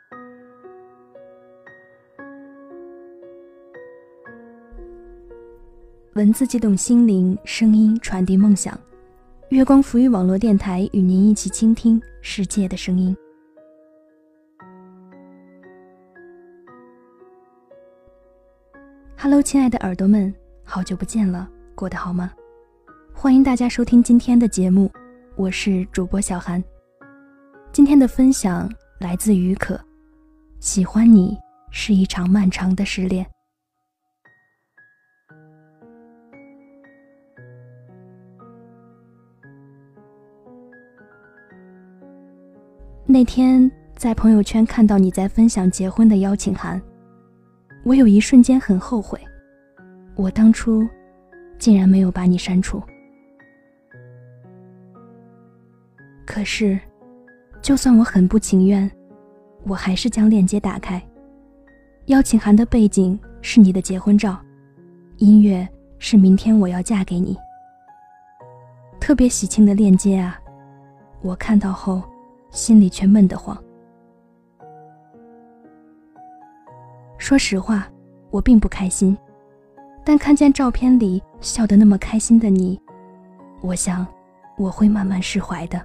文字激动心灵，声音传递梦想。月光浮语网络电台与您一起倾听世界的声音。Hello， 亲爱的耳朵们，好久不见了，过得好吗？欢迎大家收听今天的节目，我是主播小涵。今天的分享来自于可，喜欢你是一场漫长的失恋。那天在朋友圈看到你在分享结婚的邀请函，我有一瞬间很后悔，我当初竟然没有把你删除。可是就算我很不情愿，我还是将链接打开。邀请函的背景是你的结婚照，音乐是明天我要嫁给你。特别喜庆的链接啊，我看到后心里却闷得慌。说实话，我并不开心，但看见照片里笑得那么开心的你，我想我会慢慢释怀的。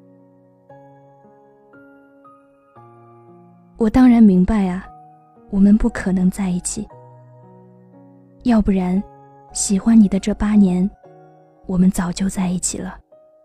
我当然明白啊，我们不可能在一起，要不然喜欢你的这8年，我们早就在一起了。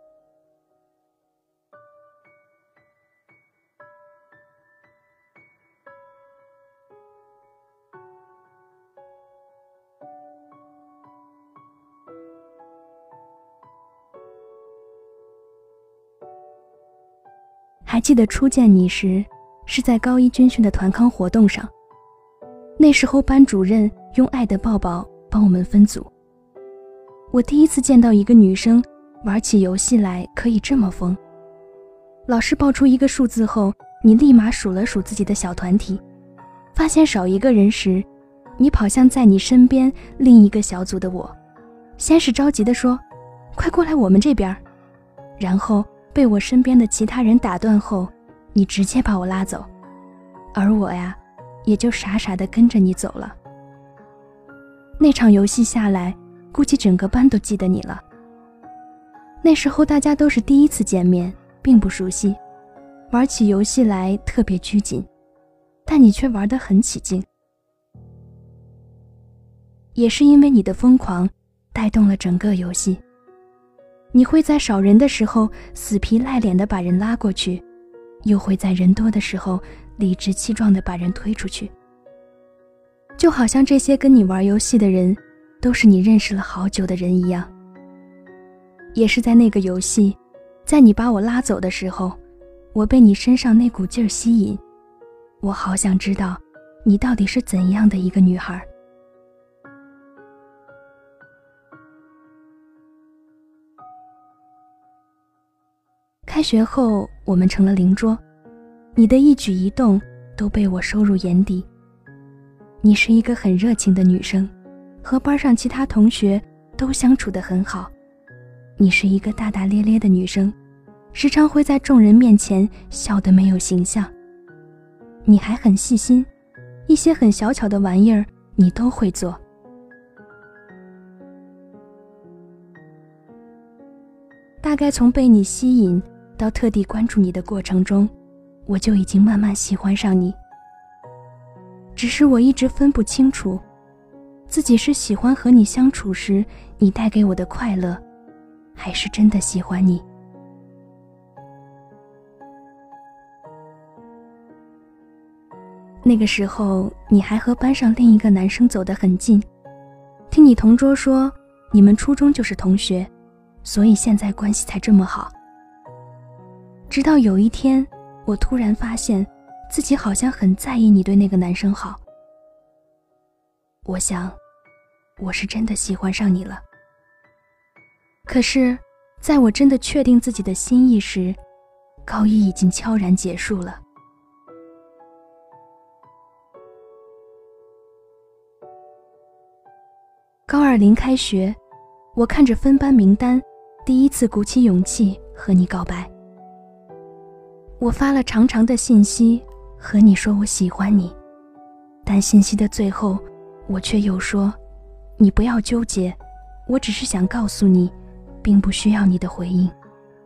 还记得初见你时，是在高一军训的团康活动上，那时候班主任用爱的抱抱帮我们分组。我第一次见到一个女生玩起游戏来可以这么疯。老师报出一个数字后，你立马数了数自己的小团体，发现少一个人时，你跑向在你身边另一个小组的我，先是着急地说，快过来我们这边，然后被我身边的其他人打断后，你直接把我拉走，而我呀，也就傻傻地跟着你走了。那场游戏下来，估计整个班都记得你了。那时候大家都是第一次见面，并不熟悉，玩起游戏来特别拘谨，但你却玩得很起劲。也是因为你的疯狂，带动了整个游戏。你会在少人的时候死皮赖脸地把人拉过去，又会在人多的时候理直气壮地把人推出去。就好像这些跟你玩游戏的人都是你认识了好久的人一样。也是在那个游戏，在你把我拉走的时候，我被你身上那股劲儿吸引，我好想知道你到底是怎样的一个女孩。开学后我们成了邻桌，你的一举一动都被我收入眼底。你是一个很热情的女生，和班上其他同学都相处得很好。你是一个大大咧咧的女生，时常会在众人面前笑得没有形象。你还很细心，一些很小巧的玩意儿你都会做。大概从被你吸引到特地关注你的过程中，我就已经慢慢喜欢上你。只是我一直分不清楚，自己是喜欢和你相处时你带给我的快乐，还是真的喜欢你。那个时候你还和班上另一个男生走得很近，听你同桌说你们初中就是同学，所以现在关系才这么好。直到有一天，我突然发现自己好像很在意你对那个男生好。我想我是真的喜欢上你了。可是在我真的确定自己的心意时，高一已经悄然结束了。高2临开学，我看着分班名单，第一次鼓起勇气和你告白。我发了长长的信息和你说我喜欢你，但信息的最后，我却又说，你不要纠结，我只是想告诉你，并不需要你的回应。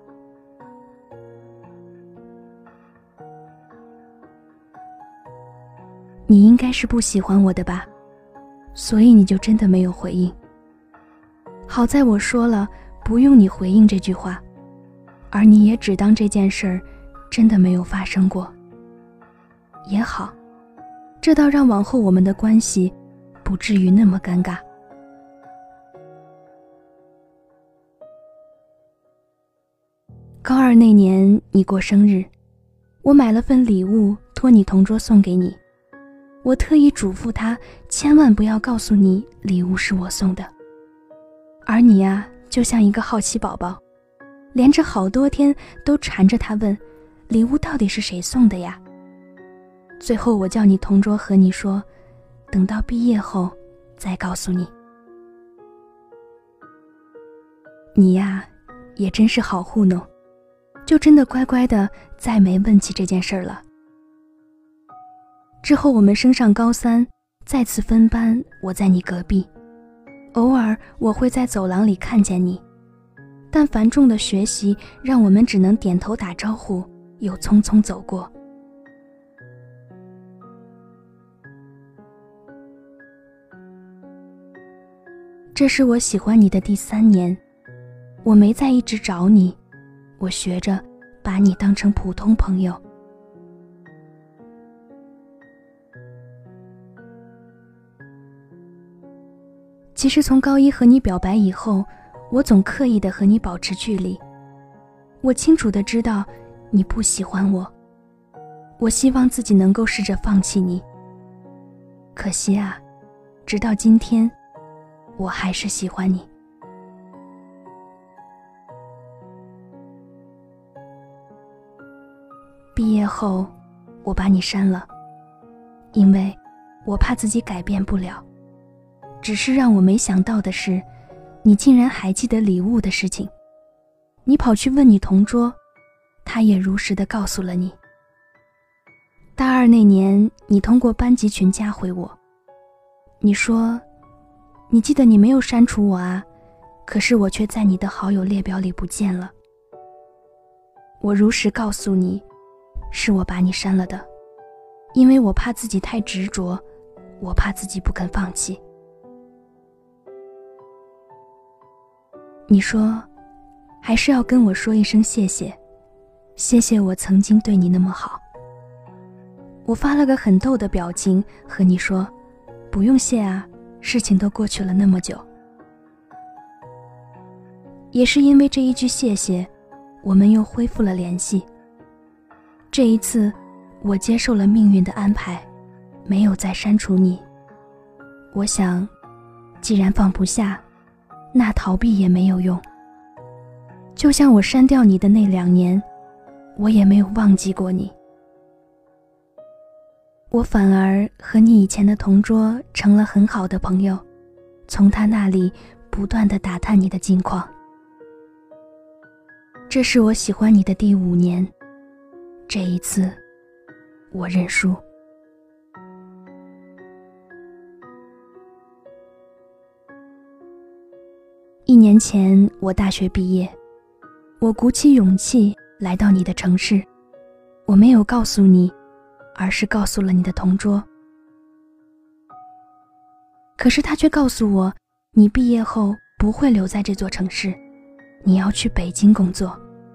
你应该是不喜欢我的吧，所以你就真的没有回应。好在我说了不用你回应这句话，而你也只当这件事儿真的没有发生过。也好，这倒让往后我们的关系不至于那么尴尬。高二那年你过生日，我买了份礼物托你同桌送给你，我特意嘱咐他千万不要告诉你礼物是我送的。而你啊，就像一个好奇宝宝，连着好多天都缠着他问礼物到底是谁送的呀。最后我叫你同桌和你说，等到毕业后再告诉你。你呀，也真是好糊弄，就真的乖乖的再没问起这件事儿了。之后我们升上高三，再次分班，我在你隔壁，偶尔我会在走廊里看见你，但繁重的学习让我们只能点头打招呼，又匆匆走过。这是我喜欢你的第3年，我没再一直找你，我学着把你当成普通朋友。其实从高一和你表白以后，我总刻意地和你保持距离。我清楚地知道你不喜欢我，我希望自己能够试着放弃你。可惜啊，直到今天，我还是喜欢你。毕业后，我把你删了，因为我怕自己改变不了。只是让我没想到的是，你竟然还记得礼物的事情。你跑去问你同桌，他也如实地告诉了你。大2那年，你通过班级群加回我，你说你记得你没有删除我啊，可是我却在你的好友列表里不见了。我如实告诉你，是我把你删了的，因为我怕自己太执着，我怕自己不肯放弃。你说还是要跟我说一声谢谢，谢谢我曾经对你那么好。我发了个很逗的表情和你说，不用谢啊，事情都过去了那么久。也是因为这一句谢谢，我们又恢复了联系。这一次我接受了命运的安排，没有再删除你。我想既然放不下，那逃避也没有用。就像我删掉你的那2年，我也没有忘记过你。我反而和你以前的同桌成了很好的朋友，从他那里不断地打探你的近况。这是我喜欢你的第5年，这一次我认输。1年前我大学毕业，我鼓起勇气来到你的城市，我没有告诉你，而是告诉了你的同桌。可是他却告诉我，你毕业后不会留在这座城市，你要去北京工作。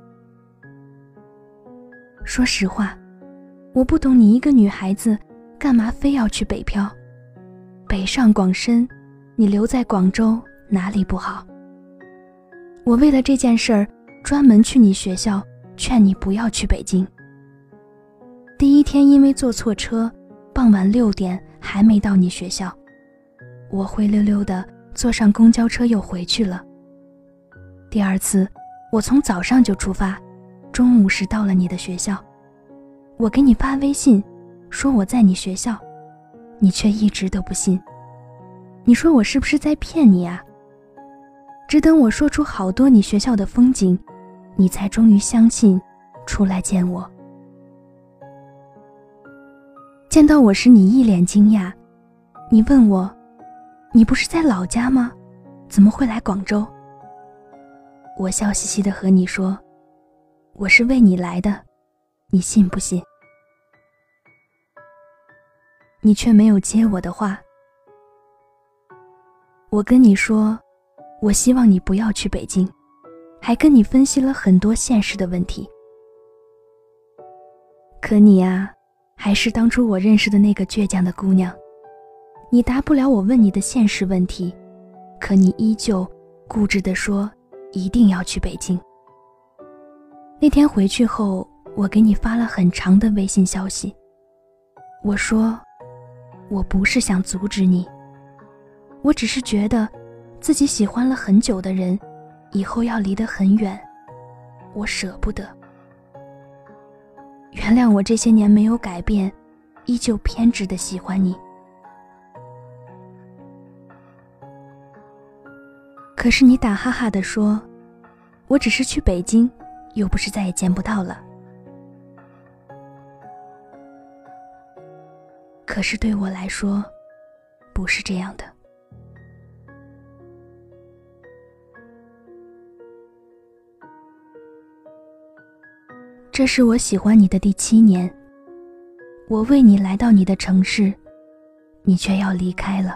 说实话，我不懂你一个女孩子干嘛非要去北漂，北上广深，你留在广州哪里不好？我为了这件事儿专门去你学校劝你不要去北京。第1天因为坐错车，傍晚6点还没到你学校，我灰溜溜的坐上公交车又回去了。第2次我从早上就出发，中午时到了你的学校，我给你发微信说我在你学校，你却一直都不信。你说我是不是在骗你啊？只等我说出好多你学校的风景，你才终于相信，出来见我。 见到我时你一脸惊讶，你问我，你不是在老家吗？怎么会来广州？我笑嘻嘻地和你说，我是为你来的，你信不信？你却没有接我的话。我跟你说，我希望你不要去北京，还跟你分析了很多现实的问题。可你啊，还是当初我认识的那个倔强的姑娘。你答不了我问你的现实问题，可你依旧固执地说一定要去北京。那天回去后，我给你发了很长的微信消息。我说，我不是想阻止你，我只是觉得自己喜欢了很久的人，以后要离得很远，我舍不得。原谅我这些年没有改变，依旧偏执地喜欢你。可是你打哈哈地说，我只是去北京，又不是再也见不到了。可是对我来说，不是这样的。这是我喜欢你的第7年，我为你来到你的城市，你却要离开了。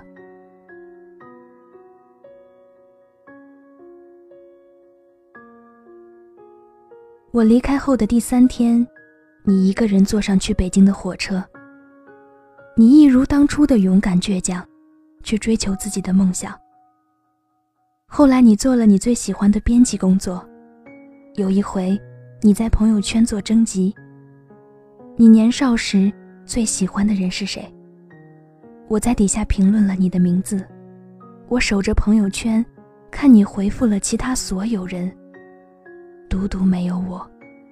我离开后的第3天，你一个人坐上去北京的火车。你一如当初的勇敢倔强，去追求自己的梦想。后来你做了你最喜欢的编辑工作，有一回你在朋友圈做征集，你年少时最喜欢的人是谁？我在底下评论了你的名字，我守着朋友圈，看你回复了其他所有人，独独没有我。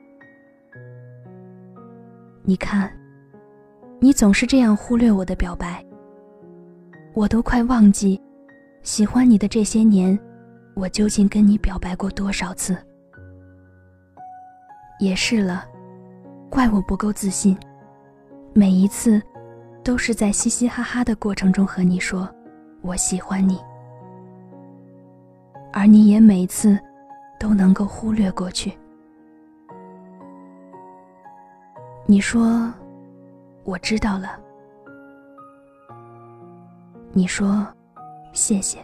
你看，你总是这样忽略我的表白，我都快忘记喜欢你的这些年，我究竟跟你表白过多少次。也是了，怪我不够自信，每一次都是在嘻嘻哈哈的过程中和你说我喜欢你，而你也每次都能够忽略过去。你说我知道了，你说谢谢，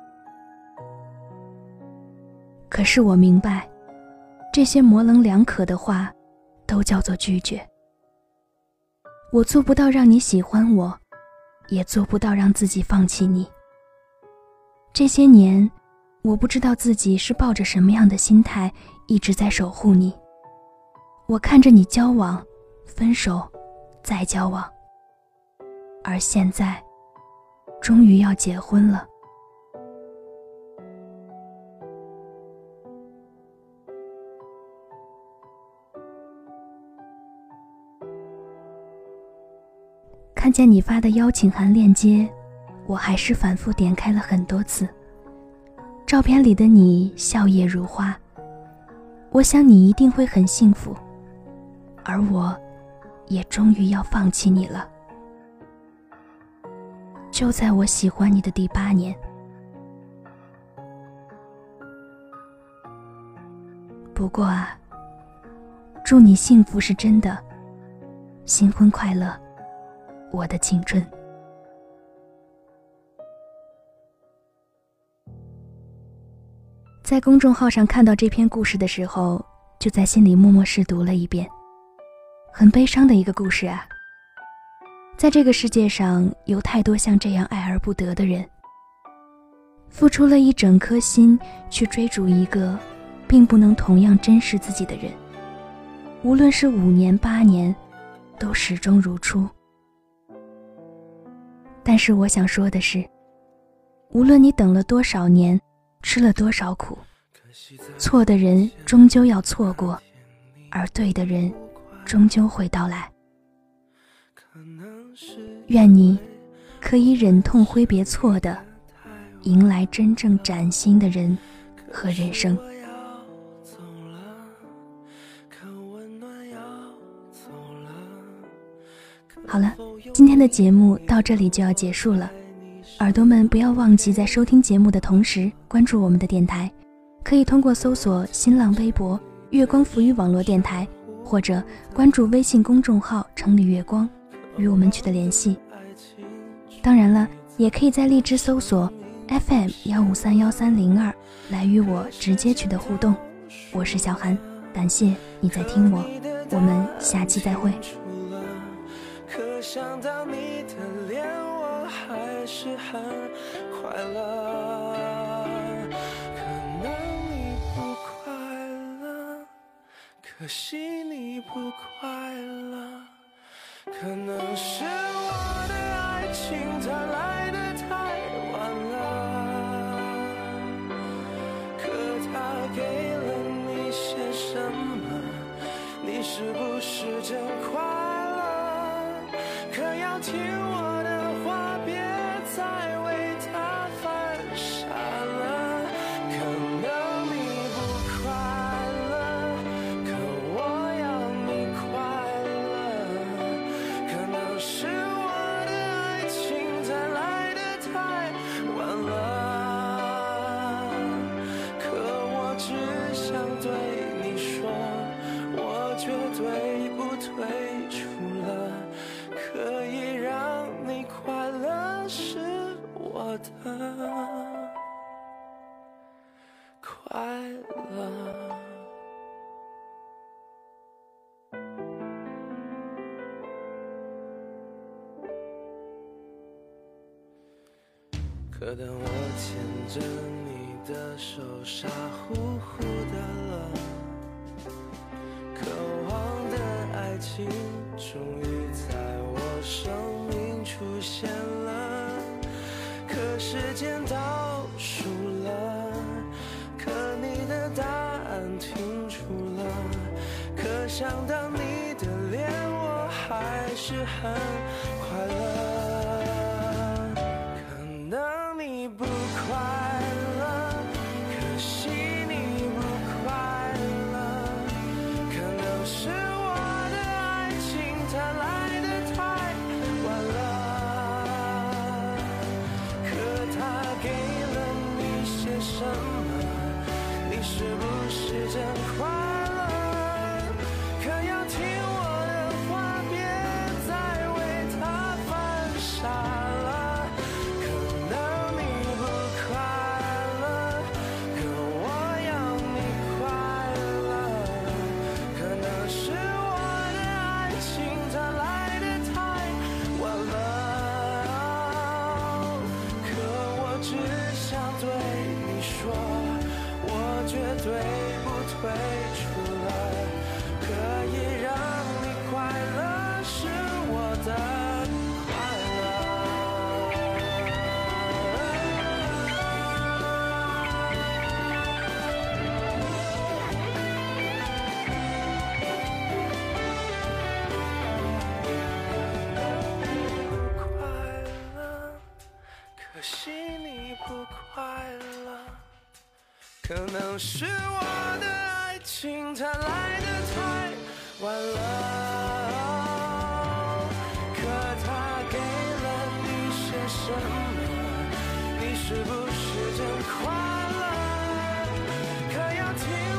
可是我明白，这些模棱两可的话都叫做拒绝。我做不到让你喜欢我，也做不到让自己放弃你。这些年，我不知道自己是抱着什么样的心态一直在守护你。我看着你交往、分手、再交往，而现在终于要结婚了。看见你发的邀请函链接，我还是反复点开了很多次。照片里的你笑靥如花，我想你一定会很幸福，而我也终于要放弃你了。就在我喜欢你的第8年。不过啊，祝你幸福是真的，新婚快乐，我的青春。在公众号上看到这篇故事的时候，就在心里默默试读了一遍。很悲伤的一个故事啊。在这个世界上，有太多像这样爱而不得的人，付出了一整颗心去追逐一个并不能同样珍视自己的人，无论是5年8年，都始终如初。但是我想说的是，无论你等了多少年，吃了多少苦，错的人终究要错过，而对的人终究会到来。愿你可以忍痛挥别错的，迎来真正崭新的人和人生。 好了，今天的节目到这里就要结束了，耳朵们不要忘记在收听节目的同时关注我们的电台，可以通过搜索新浪微博月光浮语网络电台，或者关注微信公众号城里月光与我们取得联系。当然了，也可以在荔枝搜索 FM1531302来与我直接取得互动。我是小韩，感谢你在听我，我们下期再会。 可想到你的脸，我还是很快乐。可能你不快乐，可惜你不快乐。可能是我的爱情它来得太晚了，可它给了你些什么？你是不是真快乐？可要听我的话，别再为他犯傻了。可能你不快乐，可我要你快乐。可能是我的爱情它来得太晚了，可我只想对你说，我绝对不退出了。可以让你快乐是我的快乐。可当我牵着你的手傻乎乎的了，渴望的爱情终于在我生命出现了，可时间倒数了，可你的答案停住了，可想到你的脸，我还是很快乐。可能你不快乐，可惜你不快乐。可能是我的爱情它来得太晚了，可它给了你些什么？你是不是真快乐？可要听我的话，别再为它犯傻了。可能你不快乐，可我要你快乐。可能是我的爱情它来得太晚了，可我只想对你说，我绝对不退出了。可以让你快乐是我的快乐。快乐，可惜你不快乐。可能是我的爱情它来得太晚了，可它给了你些什么？你是不是真快乐？可要听